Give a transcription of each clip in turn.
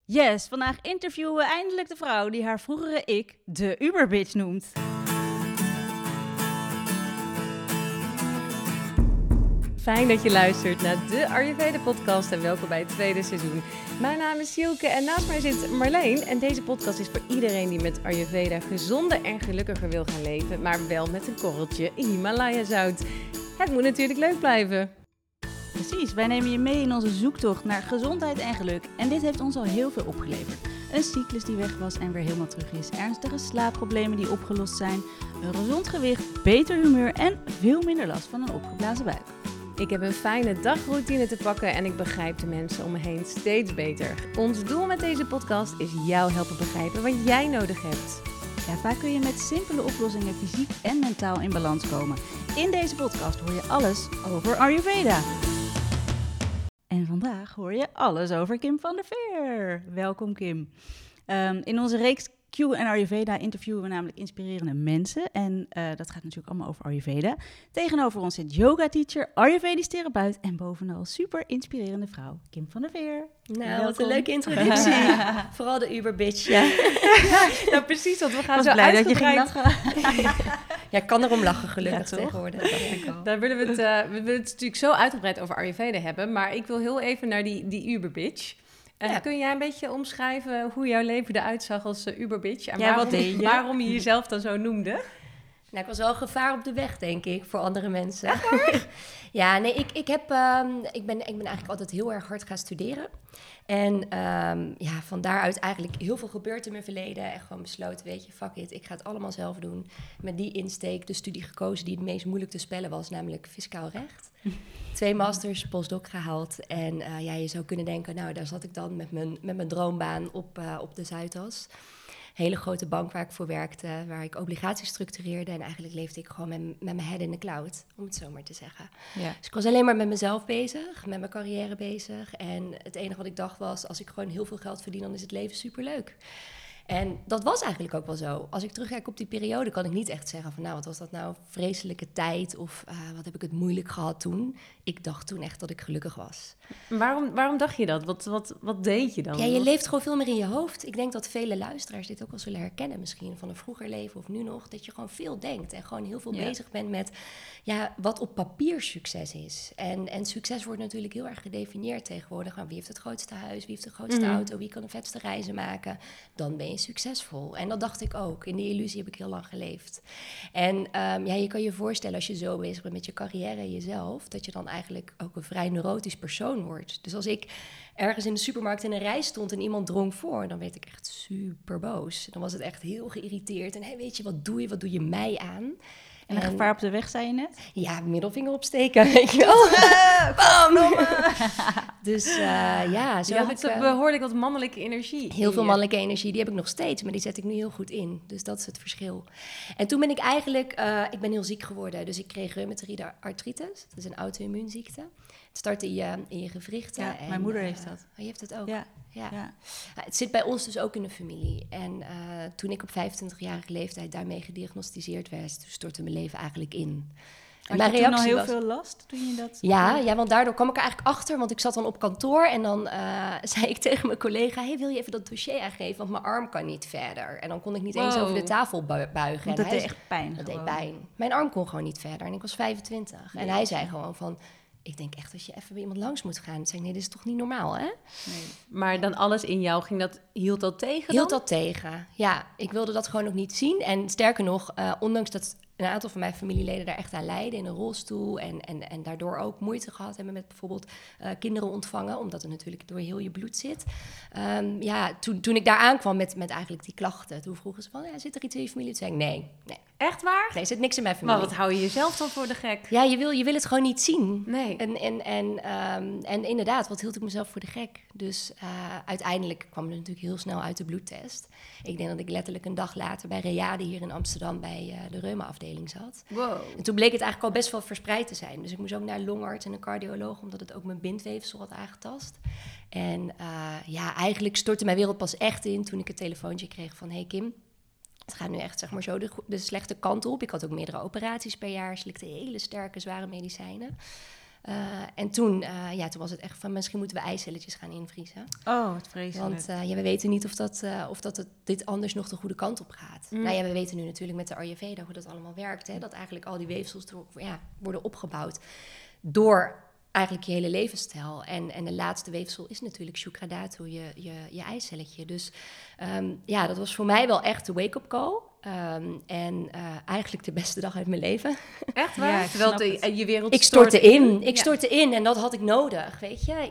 Yes, vandaag interviewen we eindelijk de vrouw die haar vroegere ik de Uberbitch noemt. Fijn dat je luistert naar de Ayurveda-podcast en welkom bij het tweede seizoen. Mijn naam is Silke en naast mij zit Marleen. En deze podcast is voor iedereen die met Ayurveda gezonder en gelukkiger wil gaan leven, maar wel met een korreltje Himalaya-zout. Het moet natuurlijk leuk blijven. Precies, wij nemen je mee in onze zoektocht naar gezondheid en geluk. En dit heeft ons al heel veel opgeleverd. Een cyclus die weg was en weer helemaal terug is. Ernstige slaapproblemen die opgelost zijn. Een gezond gewicht, beter humeur en veel minder last van een opgeblazen buik. Ik heb een fijne dagroutine te pakken en ik begrijp de mensen om me heen steeds beter. Ons doel met deze podcast is jou helpen begrijpen wat jij nodig hebt. Ja, vaak kun je met simpele oplossingen fysiek en mentaal in balans komen. In deze podcast hoor je alles over Ayurveda. En vandaag hoor je alles over Kim van der Veer. Welkom Kim. In onze reeks Q en Ayurveda interviewen we namelijk inspirerende mensen. En dat gaat natuurlijk allemaal over Ayurveda. Tegenover ons zit yoga-teacher, Ayurvedisch therapeut en bovenal super inspirerende vrouw Kim van der Veer. Nou, Welkom. wat een leuke introductie. Vooral de Uberbitch, ja. Nou precies, want we gaan Ik was zo blij dat je ging uitgebreid... lachen. Ja, ik kan erom lachen gelukkig Ja, toch? tegenwoordig. Dat dacht ik al. Daar willen we het natuurlijk zo uitgebreid over Ayurveda hebben, maar ik wil heel even naar die Uberbitch. Ja. Kun jij een beetje omschrijven hoe jouw leven eruit zag als Uberbitch? En Ja, wat deed je? waarom je jezelf dan zo noemde? Nou, ik was wel een gevaar op de weg, denk ik, voor andere mensen. Ja, nee, ik ben eigenlijk altijd heel erg hard gaan studeren. En van daaruit eigenlijk heel veel gebeurd in mijn verleden. En gewoon besloten, weet je, fuck it, ik ga het allemaal zelf doen. Met die insteek de studie gekozen die het meest moeilijk te spellen was, namelijk fiscaal recht. 2 masters, postdoc gehaald. En je zou kunnen denken, nou, daar zat ik dan met mijn droombaan op de Zuidas. Hele grote bank waar ik voor werkte, waar ik obligaties structureerde. En eigenlijk leefde ik gewoon met mijn head in the cloud, om het zo maar te zeggen. Ja. Dus ik was alleen maar met mezelf bezig, met mijn carrière bezig. En het enige wat ik dacht was, als ik gewoon heel veel geld verdien, dan is het leven superleuk. En dat was eigenlijk ook wel zo. Als ik terugkijk op die periode, kan ik niet echt zeggen van, nou, wat was dat nou, vreselijke tijd of wat heb ik het moeilijk gehad toen. Ik dacht toen echt dat ik gelukkig was. Waarom dacht je dat? Wat deed je dan? Ja, je leeft gewoon veel meer in je hoofd. Ik denk dat vele luisteraars dit ook wel zullen herkennen misschien van een vroeger leven of nu nog. Dat je gewoon veel denkt en gewoon heel veel bezig bent met wat op papier succes is. En succes wordt natuurlijk heel erg gedefinieerd tegenwoordig. Wie heeft het grootste huis, wie heeft de grootste auto, wie kan de vetste reizen maken. Dan ben je succesvol. En dat dacht ik ook. In die illusie heb ik heel lang geleefd. En je kan je voorstellen als je zo bezig bent met je carrière en jezelf, dat je dan eigenlijk ook een vrij neurotisch persoon wordt. Dus als ik ergens in de supermarkt in een rij stond en iemand drong voor, dan werd ik echt super boos. Dan was het echt heel geïrriteerd. En weet je, wat doe je mij aan? En een gevaar op de weg, zei je net? Ja, middelvinger opsteken, weet je wel. Bam! Dus zo je heb ik had behoorlijk wat mannelijke energie. heel veel mannelijke energie. Die heb ik nog steeds, maar die zet ik nu heel goed in. Dus dat is het verschil. En toen ben ik eigenlijk, ik ben heel ziek geworden. Dus ik kreeg reumatoïde artritis. Dat is een auto-immuunziekte. Het start in je gewrichten. Ja, en, mijn moeder heeft dat. Je hebt het ook? Ja. Het zit bij ons dus ook in de familie. En toen ik op 25-jarige leeftijd daarmee gediagnosticeerd werd, toen stortte mijn leven eigenlijk in. En Had je toen al heel veel last toen je dat... Ja, want daardoor kwam ik er eigenlijk achter, want ik zat dan op kantoor en dan zei ik tegen mijn collega, hey, wil je even dat dossier aangeven, want mijn arm kan niet verder. En dan kon ik niet eens over de tafel buigen. Want dat deed echt pijn. Dat deed pijn. Mijn arm kon gewoon niet verder en ik was 25. En hij zei gewoon van, ik denk echt dat je even bij iemand langs moet gaan. Ik zei, nee, dit is toch niet normaal, hè? Nee. Maar dan alles in jou, hield dat tegen? Hield dat tegen, ja. Ik wilde dat gewoon nog niet zien. En sterker nog, ondanks dat een aantal van mijn familieleden daar echt aan lijden in een rolstoel en daardoor ook moeite gehad hebben met bijvoorbeeld kinderen ontvangen, omdat het natuurlijk door heel je bloed zit. Toen ik daar aankwam met eigenlijk die klachten, toen vroegen ze van, zit er iets in je familie? Toen zei ik, nee. Echt waar? Nee, er zit niks in mijn familie. Maar wat hou je jezelf dan voor de gek? Ja, je wil het gewoon niet zien. Nee. En inderdaad, wat hield ik mezelf voor de gek? Dus uiteindelijk kwam het natuurlijk heel snel uit de bloedtest. Ik denk dat ik letterlijk een dag later bij Reade hier in Amsterdam bij de reuma-afdeling zat. Wow. En toen bleek het eigenlijk al best wel verspreid te zijn. Dus ik moest ook naar een longarts en een cardioloog, omdat het ook mijn bindweefsel had aangetast. En eigenlijk stortte mijn wereld pas echt in toen ik het telefoontje kreeg van, hey Kim, het gaat nu echt zeg maar zo de slechte kant op. Ik had ook meerdere operaties per jaar, slikte hele sterke, zware medicijnen. En toen was het echt van, misschien moeten we eicelletjes gaan invriezen. Oh, wat vreselijk. Want we weten niet of dit anders nog de goede kant op gaat. Nou ja, we weten nu natuurlijk met de Ayurveda hoe dat allemaal werkt. Hè? Dat eigenlijk al die weefsels worden opgebouwd door eigenlijk je hele levensstijl. En de laatste weefsel is natuurlijk Shukra Dhatu, je eicelletje. Dus dat was voor mij wel echt de wake-up call. Eigenlijk de beste dag uit mijn leven. Echt waar? Ja, Terwijl je wereld Ik stortte in. Ik stortte in en dat had ik nodig, weet je.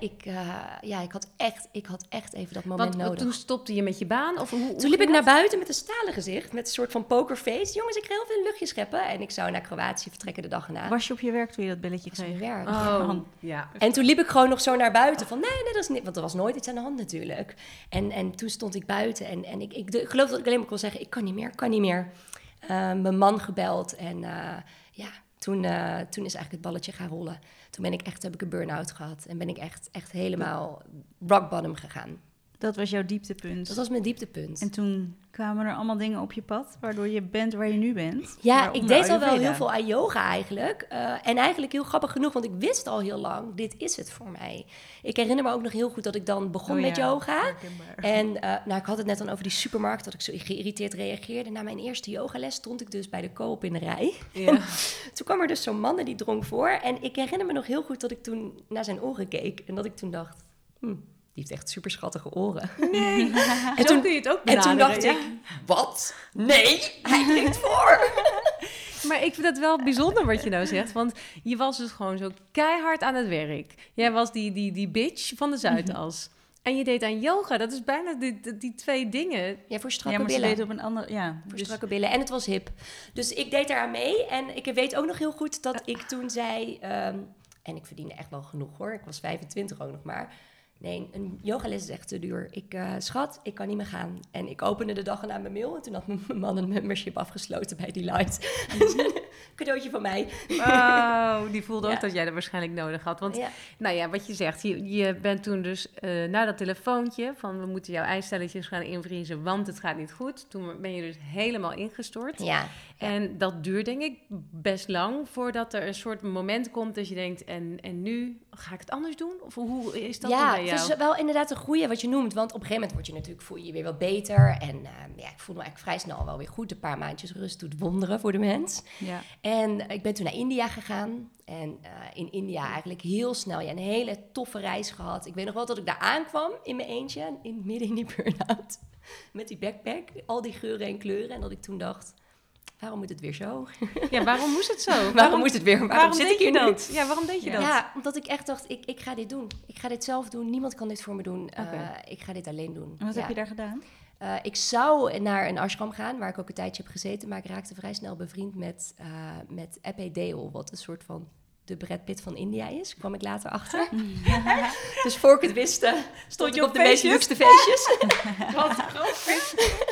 Ik had echt even dat moment nodig. Want toen stopte je met je baan? Of Toen liep ik naar buiten met een stalen gezicht, met een soort van pokerface. Jongens, ik ga heel veel luchtjes scheppen. En ik zou naar Kroatië vertrekken de dag erna. Was je op je werk toen je dat belletje Was op kreeg? mijn werk. Oh, ja. En toen liep ik gewoon nog zo naar buiten van nee, dat is niet, want er was nooit iets aan de hand natuurlijk. En toen stond ik buiten en ik geloof dat ik alleen maar kon zeggen, ik kan niet meer. Mijn man gebeld en toen is eigenlijk het balletje gaan rollen. Toen heb ik een burn-out gehad en ben ik echt helemaal rock bottom gegaan. Dat was jouw dieptepunt. Dat was mijn dieptepunt. En toen kwamen er allemaal dingen op je pad, waardoor je bent waar je nu bent. Ja, ik deed al wel heel veel aan yoga eigenlijk. En eigenlijk heel grappig genoeg, want ik wist al heel lang, dit is het voor mij. Ik herinner me ook nog heel goed dat ik dan begon met yoga. Herkenbaar. En ik had het net dan over die supermarkt, dat ik zo geïrriteerd reageerde. Na mijn eerste yogales stond ik dus bij de Coop in de rij. Ja. Toen kwam er dus zo'n man en die drong voor. En ik herinner me nog heel goed dat ik toen naar zijn oren keek. En dat ik toen dacht, die heeft echt super schattige oren. Nee, en toen kun je het ook benaderen. En toen dacht ik, wat? Nee, hij drinkt voor. Maar ik vind het wel bijzonder wat je nou zegt. Want je was dus gewoon zo keihard aan het werk. Jij was die bitch van de Zuidas. En je deed aan yoga. Dat is bijna die twee dingen. Ja, voor strakke maar ze billen. deed op een andere... Ja, Voor dus strakke billen. En het was hip. Dus ik deed eraan mee. En ik weet ook nog heel goed dat ik toen zei... en ik verdiende echt wel genoeg hoor. Ik was 25 ook nog maar... Nee, een yogales is echt te duur. Schat, ik kan niet meer gaan. En ik opende de dag aan mijn mail. En toen had mijn man een membership afgesloten bij Delight. Cadeautje van mij. Oh, die voelde ook dat jij dat waarschijnlijk nodig had. Want, nou ja, wat je zegt. Je bent toen dus na dat telefoontje van... we moeten jouw eicelletjes gaan invriezen, want het gaat niet goed. Toen ben je dus helemaal ingestort. Ja. En dat duurt denk ik best lang... voordat er een soort moment komt dat je denkt... en nu ga ik het anders doen? Of hoe is dat dan bij jou? Ja, het is wel inderdaad een goeie wat je noemt. Want op een gegeven moment voel je je weer wat beter. En ik voel me eigenlijk vrij snel wel weer goed. Een paar maandjes rust doet wonderen voor de mens. Ja. En ik ben toen naar India gegaan. En in India eigenlijk heel snel een hele toffe reis gehad. Ik weet nog wel dat ik daar aankwam in mijn eentje. Midden in die burn-out. Met die backpack. Al die geuren en kleuren. En dat ik toen dacht... waarom moet het weer zo? Ja, waarom moest het zo? Waarom moet het weer? Waarom zit ik hier nu? Ja, waarom deed je dat? Ja, omdat ik echt dacht, ik ga dit doen. Ik ga dit zelf doen. Niemand kan dit voor me doen. Ik ga dit alleen doen. En wat heb je daar gedaan? Ik zou naar een ashram gaan, waar ik ook een tijdje heb gezeten. Maar ik raakte vrij snel bevriend met Epe Deol, wat een soort van de Brad Pitt van India is. Kwam ik later achter. Dus voor ik het wist, stond ik op de meest luxe feestjes. Wat grappig.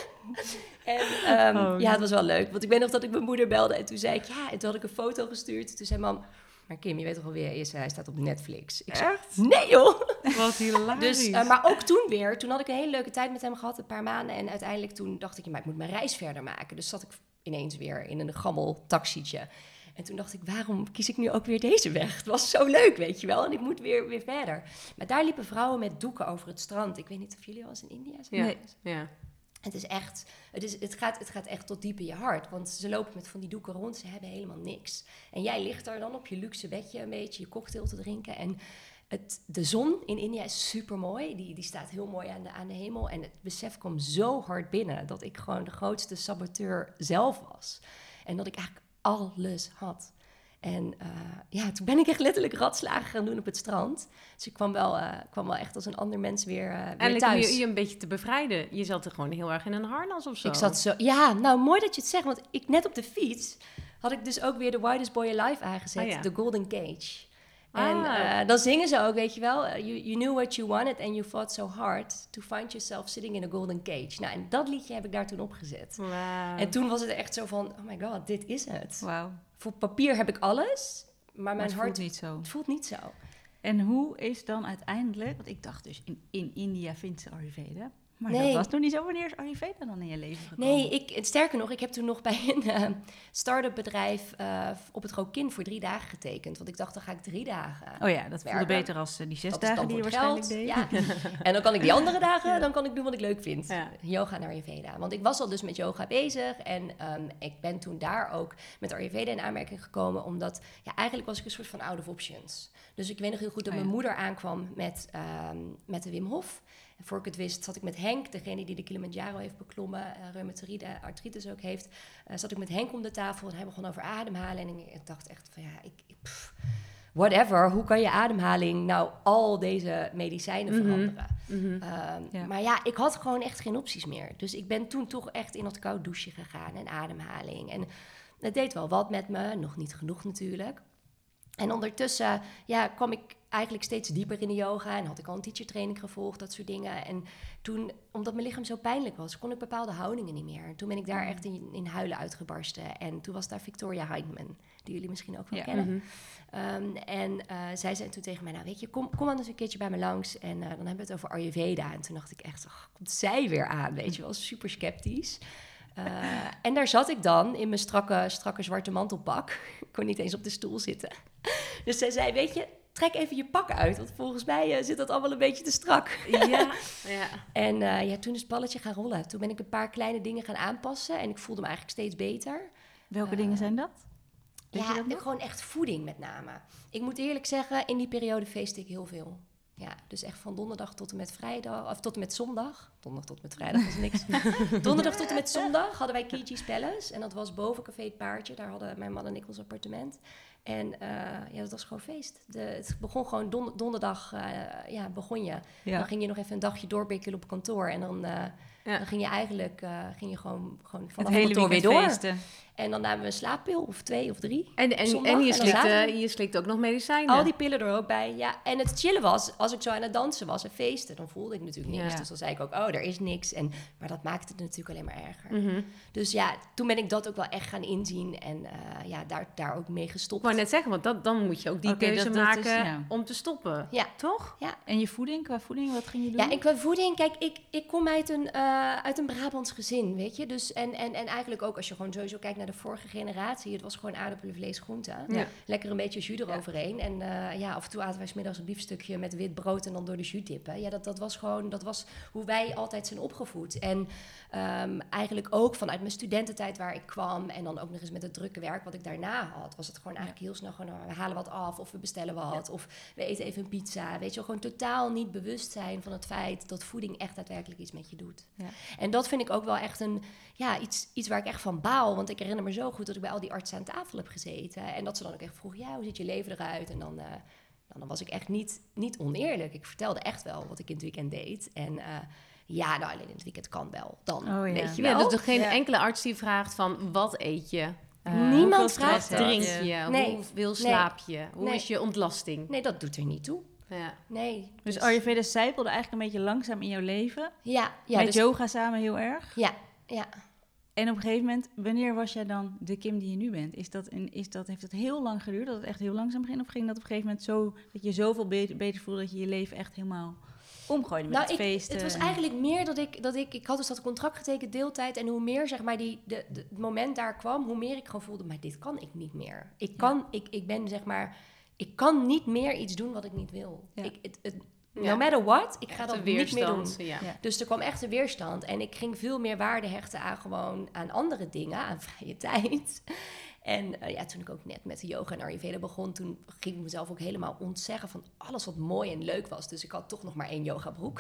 En het was wel leuk. Want ik weet nog dat ik mijn moeder belde en toen zei ik... en toen had ik een foto gestuurd. Toen zei mam... maar Kim, je weet toch wel wie hij is? Hij staat op Netflix. Ik zei, echt? Nee joh! Wat hilarisch. Dus, maar ook toen weer. Toen had ik een hele leuke tijd met hem gehad. Een paar maanden. En uiteindelijk toen dacht ik... maar ik moet mijn reis verder maken. Dus zat ik ineens weer in een gammel taxietje. En toen dacht ik, waarom kies ik nu ook weer deze weg? Het was zo leuk, weet je wel. En ik moet weer verder. Maar daar liepen vrouwen met doeken over het strand. Ik weet niet of jullie al eens in India zijn. Nee. Ja. Het is echt, het gaat echt tot diep in je hart. Want ze lopen met van die doeken rond, ze hebben helemaal niks. En jij ligt daar dan op je luxe bedje een beetje je cocktail te drinken. En de zon in India is super mooi. Die staat heel mooi aan de hemel. En het besef kwam zo hard binnen dat ik gewoon de grootste saboteur zelf was. En dat ik eigenlijk alles had. En toen ben ik echt letterlijk ratslagen gaan doen op het strand. Dus ik kwam wel echt als een ander mens weer thuis. En je een beetje te bevrijden. Je zat er gewoon heel erg in een harnas of zo. Ik zat zo... Ja, nou mooi dat je het zegt. Want ik net op de fiets had ik dus ook weer The Widest Boy Alive aangezet. The Golden Cage. En dan zingen ze ook, weet je wel... You knew what you wanted and you fought so hard... to find yourself sitting in a golden cage. Nou, en dat liedje heb ik daar toen opgezet. Wow. En toen was het echt zo van... Oh my god, dit is het. Wauw. Voor papier heb ik alles, maar mijn het hart... voelt niet zo. Het voelt niet zo. En hoe is dan uiteindelijk... want ik dacht dus, in India vindt ze Ayurveda. Maar Nee. dat was toen niet zo. Wanneer is Ayurveda dan in je leven gekomen? Nee, sterker nog, ik heb toen nog bij een start-up bedrijf op het Rokin voor 3 dagen getekend. Want ik dacht, dan ga ik 3 dagen Oh ja, dat voelde werken. beter als die 6 Dat is dagen dan die je voor waarschijnlijk geld. deed. Ja. En dan kan ik die andere dagen, dan kan ik doen wat ik leuk vind. Ja. Yoga en Ayurveda. Want ik was al dus met yoga bezig. En ik ben toen daar ook met Ayurveda in aanmerking gekomen. Omdat, eigenlijk was ik een soort van out of options. Dus ik weet nog heel goed dat mijn moeder aankwam met de Wim Hof. En voor ik het wist, zat ik met Henk, degene die de Kilimanjaro heeft beklommen, reumatoïde artritis ook heeft. Zat ik met Henk om de tafel en hij begon over ademhalen. En ik dacht echt van whatever, hoe kan je ademhaling nou al deze medicijnen veranderen? Maar ik had gewoon echt geen opties meer. Dus ik ben toen toch echt in dat koud douchen gegaan en ademhaling. En het deed wel wat met me, nog niet genoeg natuurlijk. En ondertussen kwam ik eigenlijk steeds dieper in de yoga en had ik al een teachertraining gevolgd, dat soort dingen. En toen, omdat mijn lichaam zo pijnlijk was, kon ik bepaalde houdingen niet meer. En toen ben ik daar echt in huilen uitgebarsten. En toen was daar Victoria Heidman, die jullie misschien ook wel kennen. Zij zei toen tegen mij, nou weet je, kom dan eens een keertje bij me langs. En dan hebben we het over Ayurveda. En toen dacht ik echt, komt zij weer aan, weet je wel, super sceptisch. En daar zat ik dan in mijn strakke zwarte mantelpak. Ik kon niet eens op de stoel zitten. Dus zij zei, weet je, trek even je pak uit. Want volgens mij zit dat allemaal een beetje te strak. Ja. En toen is het balletje gaan rollen. Toen ben ik een paar kleine dingen gaan aanpassen. En ik voelde me eigenlijk steeds beter. Welke dingen zijn dat? Weet je dat nog? Gewoon echt voeding met name. Ik moet eerlijk zeggen, in die periode feestte ik heel veel. Ja, dus echt van donderdag tot en met vrijdag, of tot en met zondag. Donderdag tot en met vrijdag was niks. Donderdag tot en met zondag hadden wij Kiji's Palace. En dat was boven Café Het Paardje. Daar hadden mijn man en ik ons appartement. En dat was gewoon feest. Het begon gewoon donderdag, begon je. Ja. Dan ging je nog even een dagje doorbikkelen op kantoor. En dan ging je eigenlijk gewoon vanaf Het hele kantoor weer weekend door. feesten. En dan namen we een slaappil of 2 of 3. En Zondag, je, en dan zaterdag. je slikt ook nog medicijnen. Al die pillen er ook bij, ja. En het chillen was, als ik zo aan het dansen was en feesten, dan voelde ik natuurlijk niks. Ja. Dus dan zei ik ook, er is niks. Maar dat maakte het natuurlijk alleen maar erger. Dus toen ben ik dat ook wel echt gaan inzien en daar ook mee gestopt. Ik wou net zeggen, want dan moet je ook die keuze dat maken is, om te stoppen. Ja. Toch? Ja. En je voeding, qua voeding, wat ging je doen? Ja, en qua voeding, kijk, ik kom uit een Brabants gezin, weet je. Dus, en eigenlijk ook als je gewoon sowieso kijkt naar de vorige generatie, het was gewoon aardappelen, vlees, groenten. Ja. Lekker een beetje jus eroverheen. En af en toe aten wij 's middags een biefstukje met wit brood en dan door de jus dippen. Ja, dat was hoe wij altijd zijn opgevoed. En eigenlijk ook vanuit mijn studententijd waar ik kwam en dan ook nog eens met het drukke werk wat ik daarna had, was het gewoon eigenlijk heel snel gewoon, we halen wat af of we bestellen wat of we eten even een pizza. Weet je, gewoon totaal niet bewust zijn van het feit dat voeding echt daadwerkelijk iets met je doet. Ja. En dat vind ik ook wel echt iets waar ik echt van baal, want ik herinner me zo goed dat ik bij al die artsen aan tafel heb gezeten en dat ze dan ook echt vroegen, hoe ziet je leven eruit? En dan was ik echt niet oneerlijk. Ik vertelde echt wel wat ik in het weekend deed. En alleen in het weekend kan wel. Dan, weet je wel. Ja, dus er geen enkele arts die vraagt van, wat eet je? Niemand vraagt dat. Drink je? Nee. Hoeveel slaap je? Hoe is je ontlasting? Nee, dat doet er niet toe. Ja. Nee. Dus Ayurveda zijpelde eigenlijk een beetje langzaam in jouw leven. Ja. Met dus, yoga samen heel erg. Ja. En op een gegeven moment, wanneer was jij dan de Kim die je nu bent? Heeft dat heel lang geduurd, dat het echt heel langzaam ging? Of ging dat op een gegeven moment zo, dat je zoveel beter voelde dat je je leven echt helemaal omgooide met het feesten? Het was eigenlijk meer dat ik had dus dat contract getekend deeltijd. En hoe meer zeg maar het moment daar kwam, hoe meer ik gewoon voelde, maar dit kan ik niet meer. Ik ben zeg maar, ik kan niet meer iets doen wat ik niet wil. Ja. No matter what, ik ga dat niet meer doen. Ja. Dus er kwam echt een weerstand. En ik ging veel meer waarde hechten aan andere dingen, aan vrije tijd. En toen ik ook net met de yoga en Ayurveda begon, toen ging ik mezelf ook helemaal ontzeggen van alles wat mooi en leuk was. Dus ik had toch nog maar 1 yogabroek.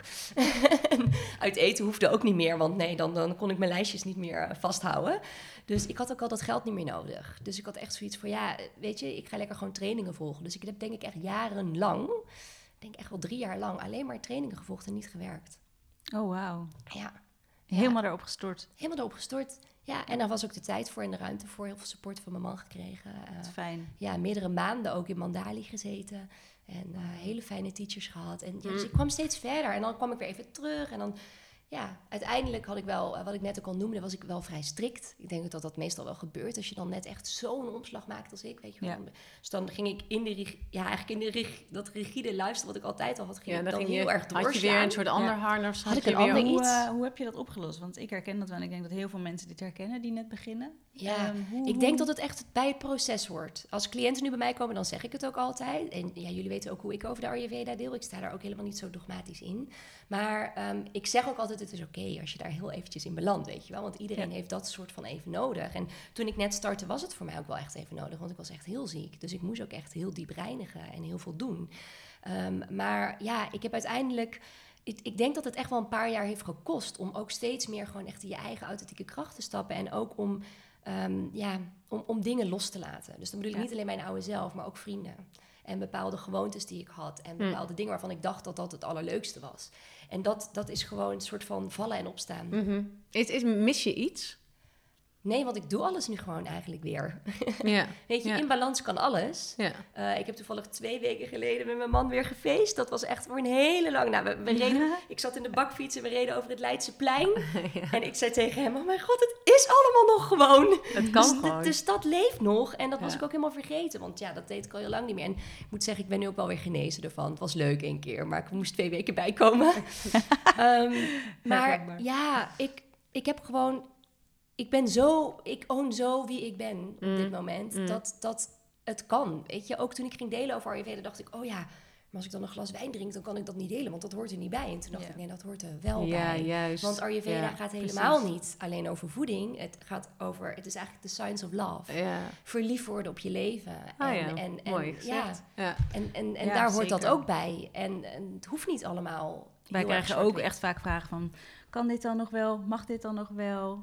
Uit eten hoefde ook niet meer, want nee, dan kon ik mijn lijstjes niet meer vasthouden. Dus ik had ook al dat geld niet meer nodig. Dus ik had echt zoiets van, weet je, ik ga lekker gewoon trainingen volgen. Dus ik heb denk ik echt jarenlang, echt wel 3 jaar lang, alleen maar trainingen gevolgd en niet gewerkt. Oh, wauw. Ja. Helemaal erop gestort. Helemaal erop gestort. Ja, en daar was ook de tijd voor en de ruimte voor. Heel veel support van mijn man gekregen. Fijn. Ja, meerdere maanden ook in Mandali gezeten. En hele fijne teachers gehad. En dus ik kwam steeds verder. En dan kwam ik weer even terug. En dan ja, uiteindelijk had ik wel, wat ik net ook al noemde, was ik wel vrij strikt. Ik denk dat dat meestal wel gebeurt als je dan net echt zo'n omslag maakt als ik, weet je wel. Ja. Dus dan ging ik dat rigide luisteren wat ik altijd al had, ging ik dan dan ging heel erg doorslaan. Had je weer een soort ander harnas? Had ik je een weer ander iets? Hoe heb je dat opgelost? Want ik herken dat wel en ik denk dat heel veel mensen dit herkennen die net beginnen. Ja, ik denk dat het echt bij het proces hoort. Als cliënten nu bij mij komen, dan zeg ik het ook altijd. En ja, jullie weten ook hoe ik over de Ayurveda deel. Ik sta daar ook helemaal niet zo dogmatisch in. Maar ik zeg ook altijd, het is oké als je daar heel eventjes in belandt, weet je wel. Want iedereen heeft dat soort van even nodig. En toen ik net startte, was het voor mij ook wel echt even nodig. Want ik was echt heel ziek. Dus ik moest ook echt heel diep reinigen en heel veel doen. Maar ja, ik heb uiteindelijk... Ik denk dat het echt wel een paar jaar heeft gekost om ook steeds meer gewoon echt in je eigen authentieke kracht te stappen. En ook om dingen los te laten. Dus dan bedoel ik niet alleen mijn oude zelf, maar ook vrienden. En bepaalde gewoontes die ik had. En bepaalde dingen waarvan ik dacht dat dat het allerleukste was. En dat is gewoon een soort van vallen en opstaan. Mm-hmm. Mis je iets? Nee, want ik doe alles nu gewoon eigenlijk weer. Ja. Weet je, in balans kan alles. Ja. Ik heb toevallig 2 weken geleden met mijn man weer gefeest. Dat was echt voor een hele lang... Nou, we reden, ik zat in de bakfiets en we reden over het Leidseplein. Ja. En ik zei tegen hem, oh mijn god, het is allemaal nog gewoon. Het kan gewoon. De stad leeft nog. En dat was ik ook helemaal vergeten. Want ja, dat deed ik al heel lang niet meer. En ik moet zeggen, ik ben nu ook wel weer genezen ervan. Het was leuk 1 keer, maar ik moest 2 weken bijkomen. Maar ja, ik heb gewoon... Ik own zo wie ik ben op dit moment. Dat het kan, weet je. Ook toen ik ging delen over Ayurveda dacht ik... oh ja, maar als ik dan een glas wijn drink... dan kan ik dat niet delen, want dat hoort er niet bij. En toen dacht ik, nee, dat hoort er wel bij. Juist. Want Ayurveda gaat helemaal niet alleen over voeding. Het is eigenlijk de science of love. Ja. Verliefd worden op je leven. Mooi gezegd. Ja. En daar hoort dat ook bij. En het hoeft niet allemaal... Wij krijgen ook echt vaak vragen van... kan dit dan nog wel? Mag dit dan nog wel?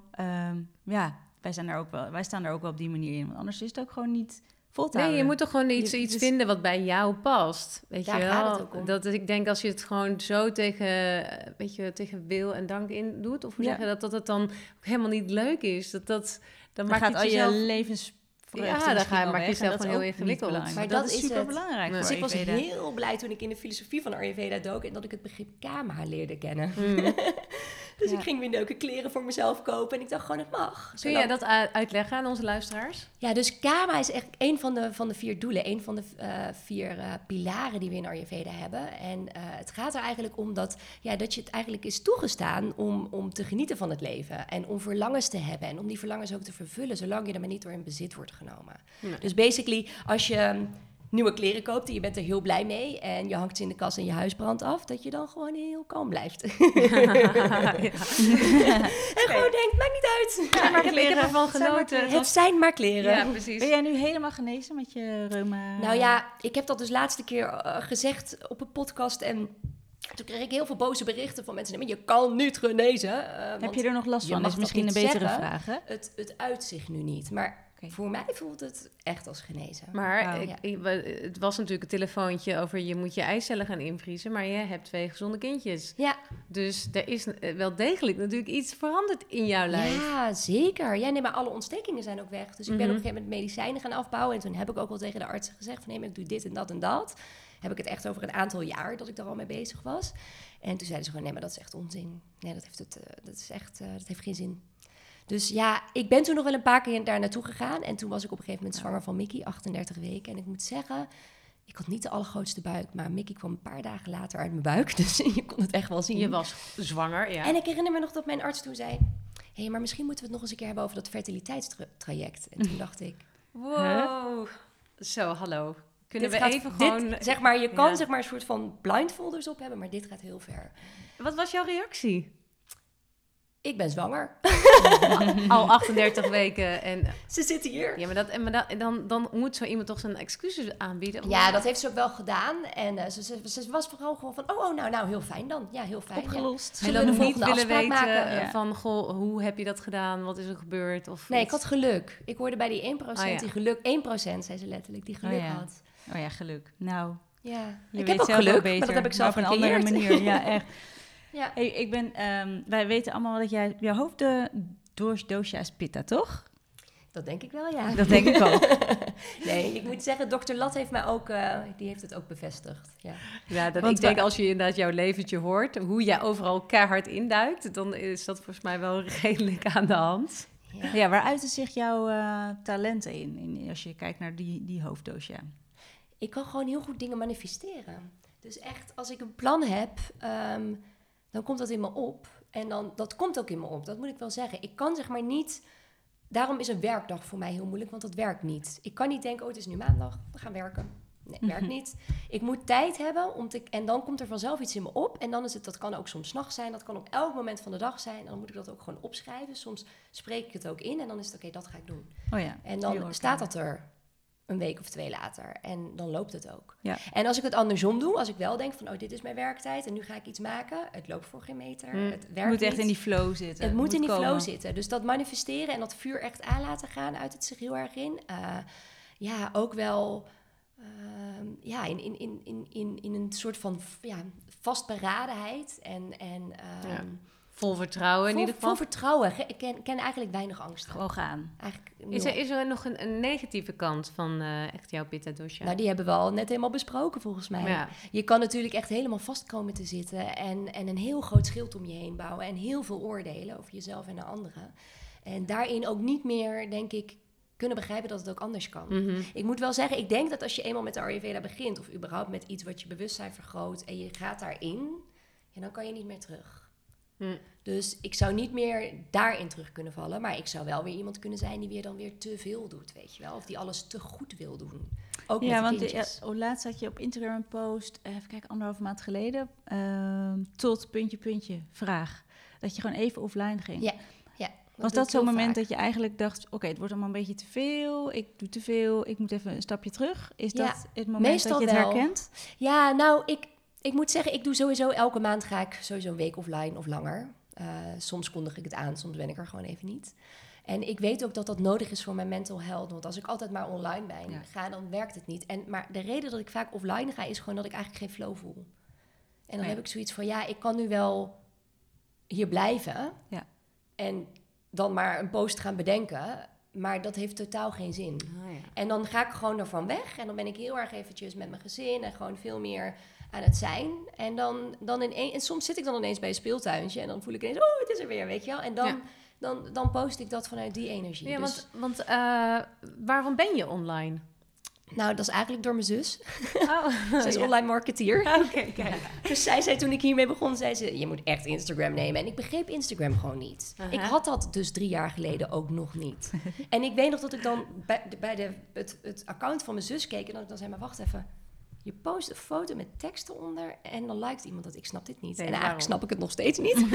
Wij staan er ook wel op die manier in. Want anders is het ook gewoon niet vol te houden. Nee, je moet toch gewoon iets vinden wat bij jou past. Weet daar je wel? gaat het ook om. Ik denk als je het gewoon zo tegen wil en dank in doet... of hoe zeg je dat het dan ook helemaal niet leuk is. Dan maakt gaat het al jezelf... je levens... Ja, dan maak je jezelf gewoon heel ingewikkeld. Maar dat is super belangrijk. Dus ik was heel blij toen ik in de filosofie van Ayurveda dook... en dat ik het begrip kama leerde kennen. Dus ik ging weer leuke kleren voor mezelf kopen... en ik dacht gewoon, het mag. Kun jij dat uitleggen aan onze luisteraars? Ja, dus kama is echt een van de 4 doelen. Een van de 4 pilaren die we in Ayurveda hebben. En het gaat er eigenlijk om dat je het eigenlijk is toegestaan... om te genieten van het leven. En om verlangens te hebben. En om die verlangens ook te vervullen... zolang je er maar niet door in bezit wordt genomen. Nee. Dus basically, als je nieuwe kleren koopt en je bent er heel blij mee... en je hangt ze in de kast en je huis brandt af... dat je dan gewoon heel kalm blijft. En gewoon denkt, maakt niet uit. Ja, maar ik heb ervan genoten. Het zijn maar kleren. Ja, precies. Ben jij nu helemaal genezen met je reuma? Nou ja, ik heb dat dus laatste keer gezegd op een podcast... en toen kreeg ik heel veel boze berichten van mensen... maar je kan niet genezen. Heb je er nog last van? Dat is misschien een betere vraag, hè? Het uitzicht nu niet, maar... Voor mij voelt het echt als genezen. Maar het was natuurlijk een telefoontje over... je moet je eicellen gaan invriezen... maar je hebt 2 gezonde kindjes. Ja. Dus er is wel degelijk natuurlijk iets veranderd in jouw lijf. Ja, zeker. Ja, nee, maar alle ontstekingen zijn ook weg. Dus ik ben op een gegeven moment medicijnen gaan afbouwen... en toen heb ik ook wel tegen de artsen gezegd... van nee, maar ik doe dit en dat en dat. Heb ik het echt over een aantal jaar dat ik daar al mee bezig was. En toen zeiden ze gewoon... nee, maar dat is echt onzin. Nee, dat heeft geen zin. Dus ja, ik ben toen nog wel een paar keer daar naartoe gegaan. En toen was ik op een gegeven moment zwanger van Mickey, 38 weken. En ik moet zeggen, ik had niet de allergrootste buik. Maar Mickey kwam een paar dagen later uit mijn buik. Dus je kon het echt wel zien. Je was zwanger, ja. En ik herinner me nog dat mijn arts toen zei... hé, maar misschien moeten we het nog eens een keer hebben over dat fertiliteitstraject. En toen dacht ik... wow. Zo, hallo. Kunnen we even gewoon... Zeg maar, je kan zeg maar een soort van blindfolders op hebben, maar dit gaat heel ver. Wat was jouw reactie? Ik ben zwanger. Al 38 weken. En... Ze zitten hier. Ja, maar dan moet zo iemand toch zijn excuses aanbieden. Ja, dat heeft ze ook wel gedaan. En ze was vooral gewoon van... nou, heel fijn dan. Ja, heel fijn. Opgelost. Ja. Zullen we de volgende afspraak weten van... goh, hoe heb je dat gedaan? Wat is er gebeurd? Of nee, ik had geluk. Ik hoorde bij die 1% die geluk... 1%, zei ze letterlijk, die geluk had. Oh ja, geluk. Nou, ja. Ik heb ook geluk, maar dat heb ik zelf op een andere manier. Ja, echt. Ja. Hey, wij weten allemaal dat jouw hoofddoosja is pitta, toch? Dat denk ik wel, ja. Dat denk ik ook. Nee, ik moet zeggen, dokter Lat heeft mij ook, die heeft het ook bevestigd. Ja. Ja, Want ik denk als je inderdaad jouw leventje hoort, hoe jij overal keihard induikt, dan is dat volgens mij wel redelijk aan de hand. Ja, waar uiten zich jouw talenten in als je kijkt naar die hoofddoosje? Ik kan gewoon heel goed dingen manifesteren. Dus echt, als ik een plan heb, dan komt dat in me op. En dat komt ook in me op, dat moet ik wel zeggen. Ik kan zeg maar niet... Daarom is een werkdag voor mij heel moeilijk, want dat werkt niet. Ik kan niet denken, het is nu maandag, we gaan werken. Nee, werkt niet. Ik moet tijd hebben en dan komt er vanzelf iets in me op. En dan is het, dat kan ook soms 's nachts zijn, dat kan op elk moment van de dag zijn. En dan moet ik dat ook gewoon opschrijven. Soms spreek ik het ook in en dan is het oké, dat ga ik doen. Oh ja, en dan staat dat er een week of 2 later. En dan loopt het ook. Ja. En als ik het andersom doe, als ik wel denk van... dit is mijn werktijd en nu ga ik iets maken. Het loopt voor geen meter. Het werkt moet echt niet. in die flow zitten. Het moet in die komen. flow zitten. Dus dat manifesteren en dat vuur echt aan laten gaan... uit het zich heel erg in. Ook wel... in een soort van vastberadenheid. Vol vertrouwen in ieder geval. Vol vertrouwen. Ik ken eigenlijk weinig angst. Gewoon gaan. Is er nog een negatieve kant van echt jouw Pitta dosha? Nou, die hebben we al net helemaal besproken volgens mij. Ja. Je kan natuurlijk echt helemaal vast komen te zitten... en een heel groot schild om je heen bouwen... en heel veel oordelen over jezelf en de anderen. En daarin ook niet meer, denk ik... kunnen begrijpen dat het ook anders kan. Mm-hmm. Ik moet wel zeggen, ik denk dat als je eenmaal met de Ayurveda begint... of überhaupt met iets wat je bewustzijn vergroot... en je gaat daarin, dan kan je niet meer terug. Dus ik zou niet meer daarin terug kunnen vallen... maar ik zou wel weer iemand kunnen zijn die weer dan weer te veel doet, weet je wel. Of die alles te goed wil doen. Ook met de kindjes. Laatst had je op Instagram een post... even kijken, 1,5 maand geleden... tot ... vraag. Dat je gewoon even offline ging. Ja. Was dat zo'n moment dat je eigenlijk dacht... oké, het wordt allemaal een beetje te veel... ik doe te veel, ik moet even een stapje terug? Is dat het moment meestal dat je het wel herkent? Ja, nou, ik moet zeggen... ik doe sowieso elke maand ga ik sowieso een week offline of langer. Soms kondig ik het aan, soms ben ik er gewoon even niet. En ik weet ook dat dat nodig is voor mijn mental health. Want als ik altijd maar online ga, dan werkt het niet. Maar de reden dat ik vaak offline ga... is gewoon dat ik eigenlijk geen flow voel. En dan heb ik zoiets van... ik kan nu wel hier blijven... en dan maar een post gaan bedenken... maar dat heeft totaal geen zin. En dan ga ik gewoon ervan weg... en dan ben ik heel erg eventjes met mijn gezin... en gewoon veel meer aan het zijn. En en soms zit ik dan ineens bij een speeltuintje... en dan voel ik ineens, het is er weer, weet je wel. En dan post ik dat vanuit die energie. Ja, dus, want waarom ben je online? Nou, dat is eigenlijk door mijn zus. Oh, Zij is online marketeer. Oké, kijk. Dus zij zei toen ik hiermee begon, zei ze... je moet echt Instagram nemen. En ik begreep Instagram gewoon niet. Ik had dat dus 3 jaar geleden ook nog niet. En ik weet nog dat ik dan bij het account van mijn zus keek... en dat ik dan zei, maar wacht even... je post een foto met tekst eronder... en dan liked iemand dat. Ik snap dit niet. Nee, en eigenlijk snap ik het nog steeds niet.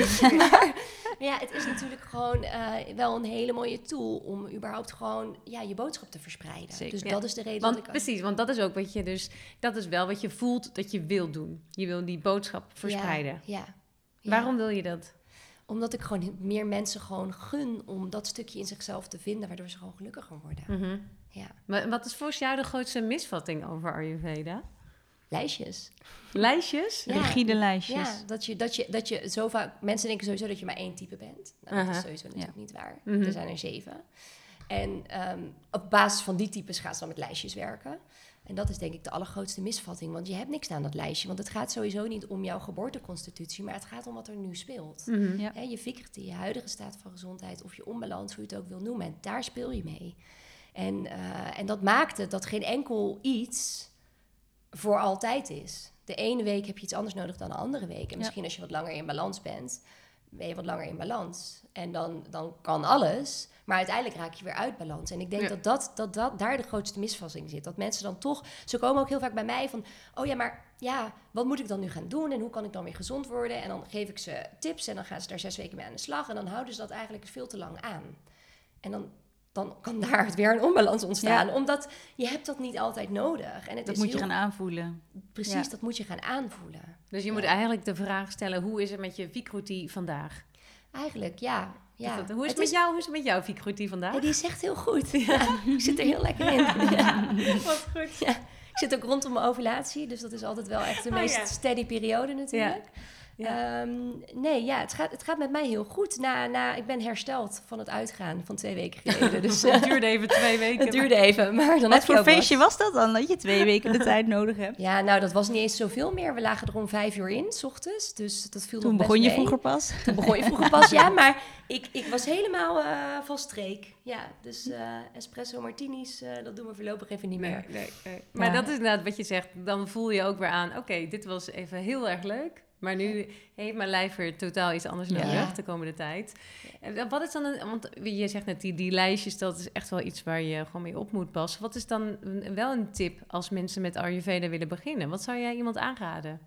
Maar het is natuurlijk gewoon wel een hele mooie tool... om überhaupt gewoon je boodschap te verspreiden. Zeker. Dus dat is de reden Precies, want dat is ook wat je dus... dat is wel wat je voelt dat je wil doen. Je wil die boodschap verspreiden. Ja. Waarom wil je dat? Omdat ik gewoon meer mensen gewoon gun... om dat stukje in zichzelf te vinden... waardoor ze gewoon gelukkiger worden. Mm-hmm. Ja. Maar wat is volgens jou de grootste misvatting over Ayurveda? Lijstjes. Lijstjes? Ja. Rigide lijstjes. Ja, dat je zo vaak... Mensen denken sowieso dat je maar 1 type bent. Nou, dat is sowieso natuurlijk niet waar. Mm-hmm. Er zijn er 7. En op basis van die types gaan ze dan met lijstjes werken. En dat is denk ik de allergrootste misvatting. Want je hebt niks aan dat lijstje. Want het gaat sowieso niet om jouw geboorteconstitutie... maar het gaat om wat er nu speelt. Mm-hmm. Ja. Je vikriti, je huidige staat van gezondheid... of je onbalans, hoe je het ook wil noemen. En daar speel je mee. En dat maakt het dat geen enkel iets... voor altijd is. De ene week heb je iets anders nodig dan de andere week. En misschien als je wat langer in balans bent... ben je wat langer in balans. En dan kan alles... maar uiteindelijk raak je weer uit balans. En ik denk dat daar de grootste misvatting zit. Dat mensen dan toch... Ze komen ook heel vaak bij mij van... wat moet ik dan nu gaan doen? En hoe kan ik dan weer gezond worden? En dan geef ik ze tips en dan gaan ze daar 6 weken mee aan de slag. En dan houden ze dat eigenlijk veel te lang aan. En dan kan daar weer een onbalans ontstaan. Ja. Omdat je hebt dat niet altijd nodig. En dat moet je gaan aanvoelen. Precies, dat moet je gaan aanvoelen. Dus je moet eigenlijk de vraag stellen... hoe is het met je Vikruti vandaag? Eigenlijk, ja. Hoe is het met jouw Vikruti vandaag? Ja, die is echt heel goed. Ja, ik zit er heel lekker in. Wat goed. Ja. Ik zit ook rondom mijn ovulatie. Dus dat is altijd wel echt de meest steady periode natuurlijk. Ja. Het gaat met mij heel goed. Ik ben hersteld van het uitgaan van 2 weken geleden. Dus, Het duurde even 2 weken. Het duurde even, maar dan Wat voor feestje was dat dan, dat je 2 weken de tijd nodig hebt? Ja, nou, dat was niet eens zoveel meer. We lagen er om 5 uur in, 's ochtends. Dus dat viel Toen nog best begon je mee. vroeger pas? Toen begon je vroeger pas, ja. Maar ik was helemaal van streek. Ja, dus espresso martinis, dat doen we voorlopig even niet meer. Nee. Maar dat is inderdaad wat je zegt. Dan voel je ook weer aan, oké, dit was even heel erg leuk. Maar nu heeft mijn lijf weer totaal iets anders nodig de komende tijd. En wat is dan want je zegt net, die lijstjes, dat is echt wel iets waar je gewoon mee op moet passen. Wat is dan wel een tip als mensen met Ayurveda willen beginnen? Wat zou jij iemand aanraden?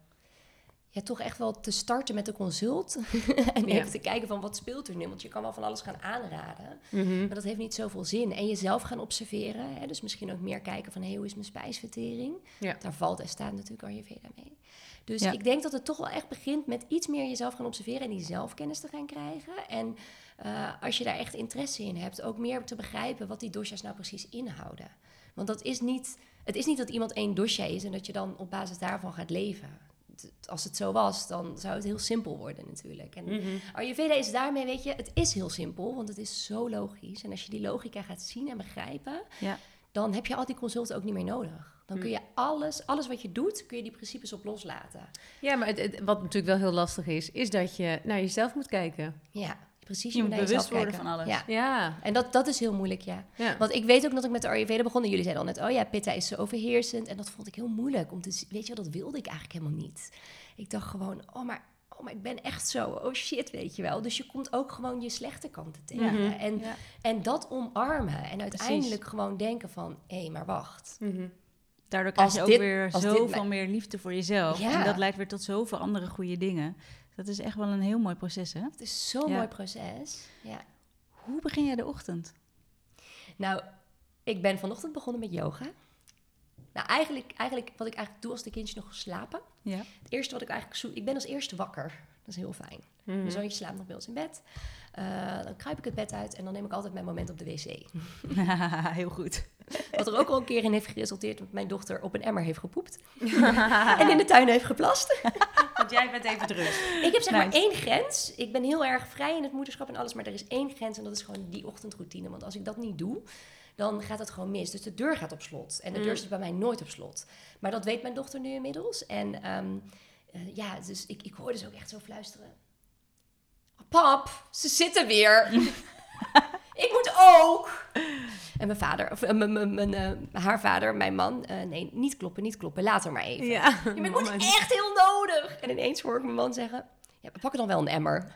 Ja, toch echt wel te starten met de consult. En even te kijken van wat speelt er nu. Want je kan wel van alles gaan aanraden. Maar dat heeft niet zoveel zin. En jezelf gaan observeren. Hè? Dus misschien ook meer kijken van hoe is mijn spijsvertering. Ja. Daar valt en staat natuurlijk Ayurveda mee. Dus ik denk dat het toch wel echt begint met iets meer jezelf gaan observeren. En die zelfkennis te gaan krijgen. En als je daar echt interesse in hebt, ook meer te begrijpen wat die doshas nou precies inhouden. Want het is niet dat iemand 1 dosha is en dat je dan op basis daarvan gaat leven. Als het zo was, dan zou het heel simpel worden natuurlijk. En Ayurveda is daarmee, weet je, het is heel simpel, want het is zo logisch. En als je die logica gaat zien en begrijpen, dan heb je al die consulten ook niet meer nodig. Dan kun je alles wat je doet, kun je die principes op loslaten. Ja, maar wat natuurlijk wel heel lastig is dat je naar jezelf moet kijken. Ja, precies. Je moet bewust worden van alles. Ja. En dat is heel moeilijk, ja. Want ik weet ook dat ik met de Ayurveda begon. En jullie zeiden al net, pitta is zo overheersend. En dat vond ik heel moeilijk om te zien. Weet je wel, dat wilde ik eigenlijk helemaal niet. Ik dacht gewoon, maar ik ben echt zo. Oh shit, weet je wel. Dus je komt ook gewoon je slechte kanten tegen. En dat omarmen. En uiteindelijk gewoon denken van, maar wacht. Daardoor krijg je ook weer zoveel meer liefde voor jezelf. Ja. En dat leidt weer tot zoveel andere goede dingen. Dat is echt wel een heel mooi proces, hè? Het is zo'n mooi proces, ja. Hoe begin jij de ochtend? Nou, ik ben vanochtend begonnen met yoga. Nou, eigenlijk wat ik eigenlijk doe als de kindjes nog slapen. Ja. Het eerste wat ik eigenlijk zoek, ik ben als eerste wakker. Dat is heel fijn. Mijn zoontje slaapt nog bij ons in bed. Dan kruip ik het bed uit en dan neem ik altijd mijn moment op de wc. Heel goed. Wat er ook al een keer in heeft geresulteerd dat mijn dochter op een emmer heeft gepoept. En in de tuin heeft geplast. Want jij bent even terug. Ik heb zeg maar 1 grens. Ik ben heel erg vrij in het moederschap en alles. Maar er is 1 grens en dat is gewoon die ochtendroutine. Want als ik dat niet doe, dan gaat het gewoon mis. Dus de deur gaat op slot. En de deur zit bij mij nooit op slot. Maar dat weet mijn dochter nu inmiddels. En dus ik hoor dus ook echt zo fluisteren. Pap, ze zitten weer. Ik moet ook. En mijn vader, of haar vader, mijn man, nee, niet kloppen, later maar even. Ja, maar ik moet echt heel nodig. En ineens hoor ik mijn man zeggen, we pakken dan wel een emmer.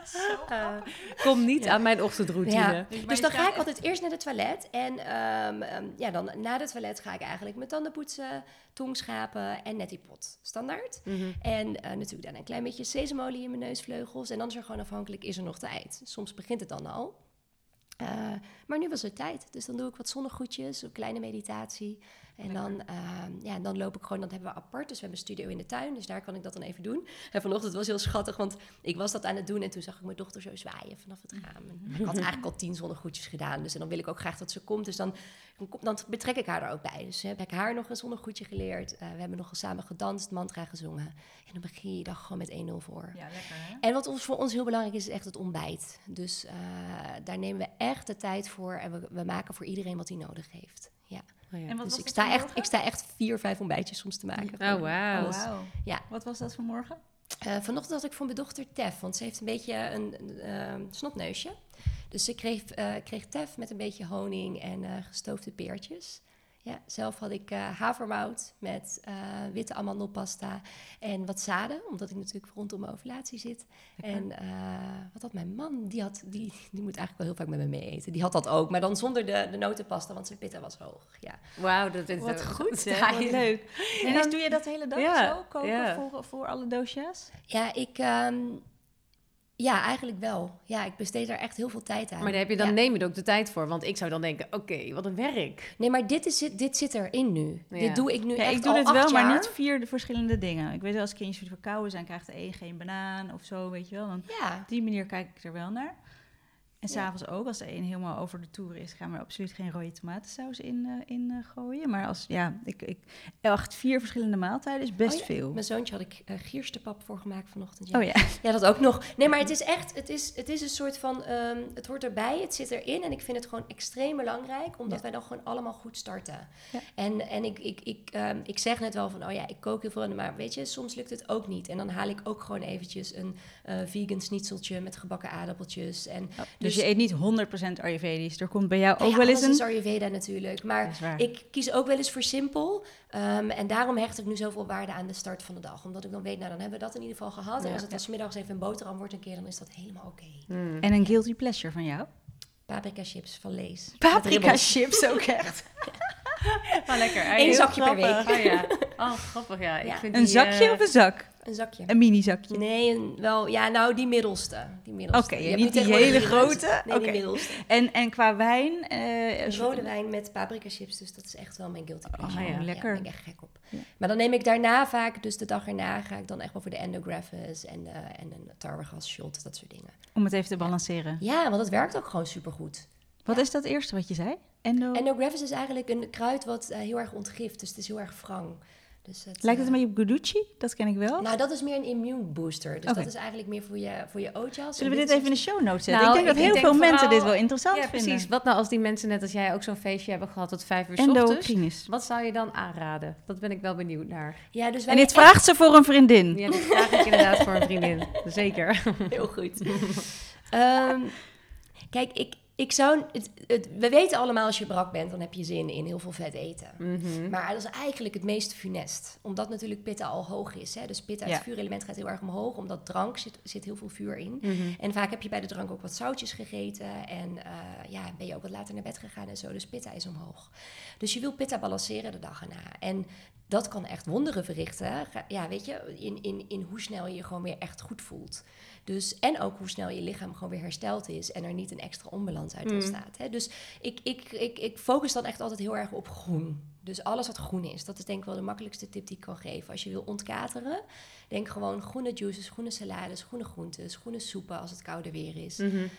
Kom niet aan mijn ochtendroutine. Ja. Dus dan ga ik altijd eerst naar de toilet. En dan na de toilet ga ik eigenlijk mijn tanden poetsen, tong schapen en nettipot. Standaard. En natuurlijk dan een klein beetje sesamolie in mijn neusvleugels. En dan is er gewoon afhankelijk, is er nog tijd. Soms begint het dan al. Maar nu was het tijd. Dus dan doe ik wat zonnegroetjes, een kleine meditatie. En dan loop ik gewoon, dan hebben we apart. Dus we hebben een studio in de tuin, dus daar kan ik dat dan even doen. En vanochtend was heel schattig, want ik was dat aan het doen. En toen zag ik mijn dochter zo zwaaien vanaf het raam. Ik had eigenlijk al 10 zonnegroetjes gedaan. Dus en dan wil ik ook graag dat ze komt. Dus dan betrek ik haar er ook bij. Dus heb ik haar nog een zonnegroetje geleerd. We hebben nog samen gedanst, mantra gezongen. En dan begin je dag gewoon met 1-0 voor. Ja, lekker hè? En wat voor ons heel belangrijk is echt het ontbijt. Dus daar nemen we echt de tijd voor. En we maken voor iedereen wat hij nodig heeft. Ja. Oh ja. En dus ik sta echt 4-5 ontbijtjes soms te maken. Oh, wauw. Ja. Wat was dat vanmorgen? Vanochtend had ik voor mijn dochter tef, want ze heeft een beetje een snotneusje. Dus ze kreeg tef met een beetje honing en gestoofde peertjes. Ja, zelf had ik havermout met witte amandelpasta en wat zaden, omdat ik natuurlijk rondom mijn ovulatie zit. Lekker. En wat had mijn man? Die moet eigenlijk wel heel vaak met me mee eten. Die had dat ook, maar dan zonder de notenpasta, want zijn pitta was hoog. Ja. Wauw, dat is wat goed. Ja, wat leuk. En dan doe je dat de hele dag zo, koken voor alle dosha's? Ja, ja, eigenlijk wel. Ja, ik besteed daar echt heel veel tijd aan. Maar daar heb je dan neem je er ook de tijd voor. Want ik zou dan denken, oké, wat een werk. Nee, maar dit zit erin nu. Ja. Dit doe ik nu echt ik doe al dit 8 wel, jaar. maar niet 4 verschillende dingen. Ik weet wel, als kindjes verkouden zijn, krijgt de een geen banaan of zo, weet je wel. Dan op die manier kijk ik er wel naar. En s'avonds ook, als de een helemaal over de toer is, gaan we absoluut geen rode tomatensaus in gooien. Maar als, ik 4 verschillende maaltijden is best veel. Mijn zoontje had ik gierstepap voor gemaakt vanochtend. Ja. Oh ja. Ja, dat ook nog. Nee, maar het is echt, het is een soort van, het hoort erbij, het zit erin. En ik vind het gewoon extreem belangrijk, omdat wij dan gewoon allemaal goed starten. Ja. En ik zeg net wel van, ik kook heel veel, maar weet je, soms lukt het ook niet. En dan haal ik ook gewoon eventjes een vegan schnitzeltje met gebakken aardappeltjes. En dus je eet niet 100% Ayurvedisch. Er komt bij jou ook wel eens een... is Ayurveda natuurlijk. Maar ik kies ook wel eens voor simpel. En daarom hecht ik nu zoveel waarde aan de start van de dag. Omdat ik dan weet, dan hebben we dat in ieder geval gehad. En als het dan 's middags even een boterham wordt een keer, dan is dat helemaal oké. En een guilty pleasure van jou? Paprika chips van Lay's. Paprika chips ook echt? Maar lekker. Eén zakje per week. Oh ja. Oh, grappig, ja. Ik vind een zakje of een zak? Een zakje. Een mini-zakje? Nee, die middelste. Oké, niet die hele grote? Nee, die middelste. En qua wijn? Rode wijn met paprika chips, dus dat is echt wel mijn guilty pleasure. Oh ja, lekker. Daar ben ik echt gek op. Ja. Maar dan neem ik daarna vaak, dus de dag erna, ga ik dan echt wel voor de endographis en een tarwegas shot, dat soort dingen. Om het even te balanceren? Ja, want het werkt ook gewoon supergoed. Wat is dat eerste wat je zei? Endographis is eigenlijk een kruid wat heel erg ontgift, dus het is heel erg wrang. Dus lijkt het een beetje op Guducci? Dat ken ik wel. Nou, dat is meer een immune booster. Dus dat is eigenlijk meer voor je ootjas. Zullen we dit even in de show notes zetten? Nou, ik denk dat heel veel mensen dit wel interessant vinden. Precies. Wat nou als die mensen net als jij ook zo'n feestje hebben gehad tot 5 uur 's ochtends? Endocrines. Wat zou je dan aanraden? Dat ben ik wel benieuwd naar. Ja, dus en dit vraagt ze voor een vriendin. Ja, dit vraag ik inderdaad voor een vriendin. Zeker. Heel goed. Kijk, we weten allemaal, als je brak bent, dan heb je zin in heel veel vet eten. Mm-hmm. Maar dat is eigenlijk het meest funest. Omdat natuurlijk pitta al hoog is. Hè? Dus pitta, het vuurelement, gaat heel erg omhoog. Omdat drank zit heel veel vuur in. Mm-hmm. En vaak heb je bij de drank ook wat zoutjes gegeten. En ben je ook wat later naar bed gegaan en zo. Dus pitta is omhoog. Dus je wil pitta balanceren de dag erna. En dat kan echt wonderen verrichten. Ja, weet je, in hoe snel je je gewoon weer echt goed voelt. Dus, en ook hoe snel je lichaam gewoon weer hersteld is en er niet een extra onbalans uit ontstaat. Hè? Dus ik focus dan echt altijd heel erg op groen. Dus alles wat groen is, dat is denk ik wel de makkelijkste tip die ik kan geven. Als je wil ontkateren, denk gewoon groene juices, groene salades, groene groentes, groene soepen als het kouder weer is. Mm-hmm.